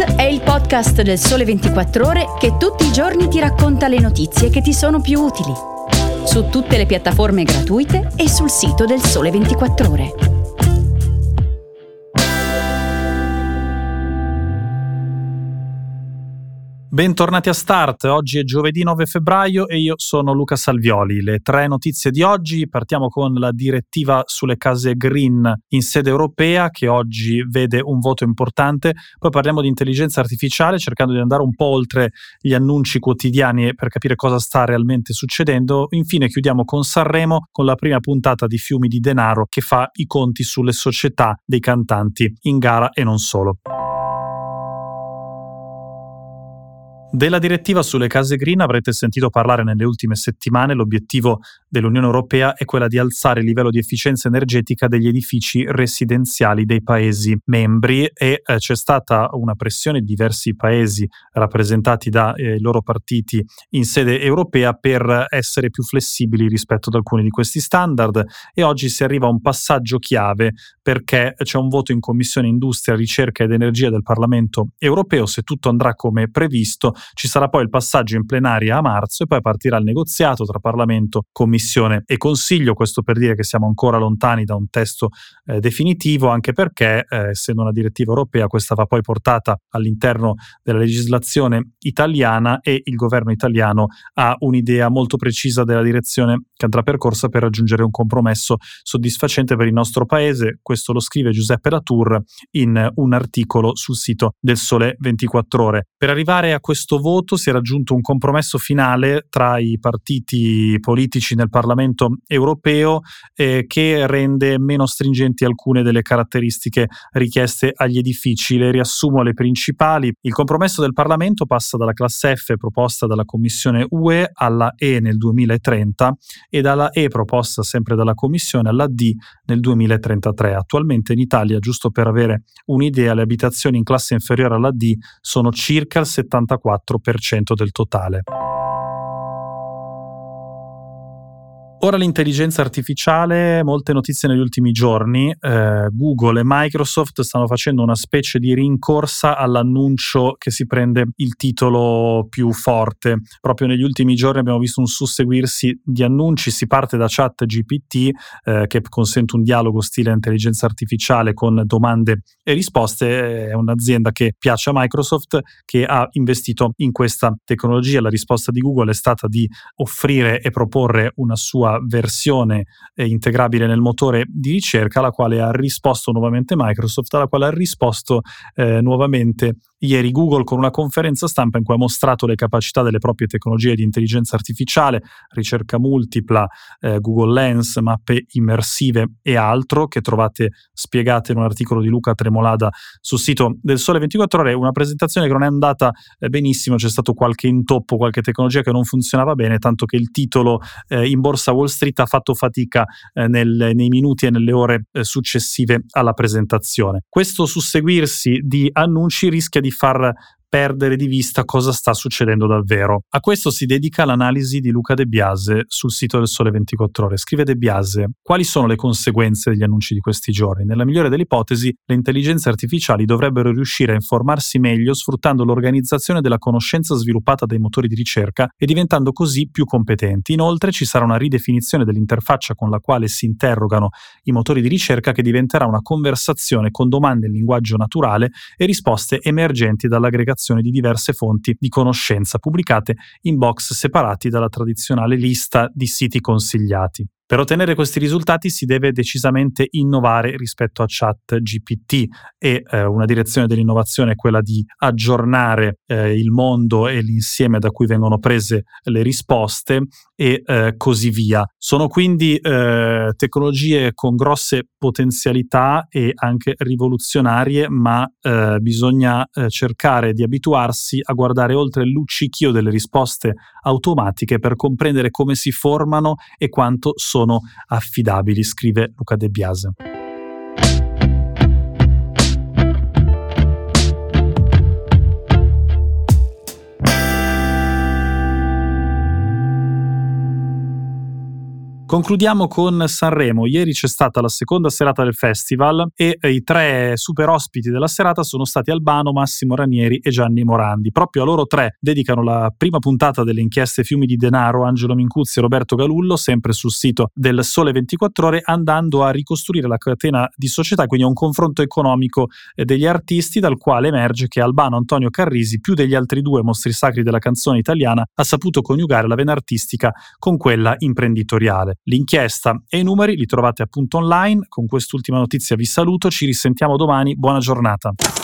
Start è il podcast del Sole 24 Ore che tutti i giorni ti racconta le notizie che ti sono più utili. Su tutte le piattaforme gratuite e sul sito del Sole 24 Ore. Bentornati a Start, oggi è giovedì 9 febbraio e io sono Luca Salvioli. Le tre notizie di oggi: partiamo con la direttiva sulle case green in sede europea che oggi vede un voto importante, poi parliamo di intelligenza artificiale cercando di andare un po' oltre gli annunci quotidiani per capire cosa sta realmente succedendo, infine chiudiamo con Sanremo con la prima puntata di Fiumi di Denaro che fa i conti sulle società dei cantanti in gara e non solo. Della direttiva sulle case green avrete sentito parlare nelle ultime settimane. L'obiettivo dell'Unione Europea è quella di alzare il livello di efficienza energetica degli edifici residenziali dei Paesi membri e c'è stata una pressione di diversi Paesi rappresentati dai loro partiti in sede europea per essere più flessibili rispetto ad alcuni di questi standard e oggi si arriva a un passaggio chiave perché c'è un voto in Commissione Industria, Ricerca ed Energia del Parlamento Europeo. Se tutto andrà come previsto, ci sarà poi il passaggio in plenaria a marzo e poi partirà il negoziato tra Parlamento, Commissione e Consiglio. Questo per dire che siamo ancora lontani da un testo definitivo, anche perché essendo una direttiva europea questa va poi portata all'interno della legislazione italiana e il governo italiano ha un'idea molto precisa della direzione che andrà percorsa per raggiungere un compromesso soddisfacente per il nostro paese. Questo lo scrive Giuseppe Latour in un articolo sul sito del Sole 24 Ore. Per arrivare a questo voto si è raggiunto un compromesso finale tra i partiti politici nel Parlamento europeo che rende meno stringenti alcune delle caratteristiche richieste agli edifici. Le riassumo le principali. Il compromesso del Parlamento passa dalla classe F proposta dalla Commissione UE alla E nel 2030 e dalla E proposta sempre dalla Commissione alla D nel 2033. Attualmente in Italia, giusto per avere un'idea, le abitazioni in classe inferiore alla D sono circa il 74% del totale. Ora l'intelligenza artificiale, molte notizie negli ultimi giorni. Google e Microsoft stanno facendo una specie di rincorsa all'annuncio che si prende il titolo più forte. Proprio negli ultimi giorni abbiamo visto un susseguirsi di annunci. Si parte da ChatGPT che consente un dialogo stile intelligenza artificiale con domande e risposte. È un'azienda che piace a Microsoft che ha investito in questa tecnologia. La risposta di Google è stata di offrire e proporre una sua versione integrabile nel motore di ricerca, alla quale ha risposto nuovamente Microsoft, alla quale ha risposto nuovamente ieri Google con una conferenza stampa in cui ha mostrato le capacità delle proprie tecnologie di intelligenza artificiale, ricerca multipla, Google Lens, mappe immersive e altro, che trovate spiegate in un articolo di Luca Tremolada sul sito del Sole 24 Ore. Una presentazione che non è andata benissimo, c'è stato qualche intoppo, qualche tecnologia che non funzionava bene, tanto che il titolo in borsa Wall Street ha fatto fatica nei minuti e nelle ore successive alla presentazione. Questo susseguirsi di annunci rischia di far perdere di vista cosa sta succedendo davvero. A questo si dedica l'analisi di Luca De Biase sul sito del Sole 24 Ore. Scrive De Biase: quali sono le conseguenze degli annunci di questi giorni? Nella migliore delle ipotesi, le intelligenze artificiali dovrebbero riuscire a informarsi meglio sfruttando l'organizzazione della conoscenza sviluppata dai motori di ricerca e diventando così più competenti. Inoltre ci sarà una ridefinizione dell'interfaccia con la quale si interrogano i motori di ricerca, che diventerà una conversazione con domande in linguaggio naturale e risposte emergenti dall'aggregazione di diverse fonti di conoscenza pubblicate in box separati dalla tradizionale lista di siti consigliati. Per ottenere questi risultati si deve decisamente innovare rispetto a ChatGPT e una direzione dell'innovazione è quella di aggiornare il mondo e l'insieme da cui vengono prese le risposte e così via. Sono quindi tecnologie con grosse potenzialità e anche rivoluzionarie, ma bisogna cercare di abituarsi a guardare oltre il luccichio delle risposte automatiche per comprendere come si formano e quanto sono affidabili, scrive Luca De Biase. Concludiamo con Sanremo. Ieri c'è stata la seconda serata del festival e i 3 super ospiti della serata sono stati Albano, Massimo Ranieri e Gianni Morandi. Proprio a loro 3 dedicano la prima puntata delle inchieste Fiumi di Denaro Angelo Mincuzzi e Roberto Galullo, sempre sul sito del Sole 24 Ore, andando a ricostruire la catena di società, quindi a un confronto economico degli artisti, dal quale emerge che Albano Antonio Carrisi, più degli altri 2 mostri sacri della canzone italiana, ha saputo coniugare la vena artistica con quella imprenditoriale. L'inchiesta e i numeri li trovate appunto online. Con quest'ultima notizia vi saluto, ci risentiamo domani, buona giornata.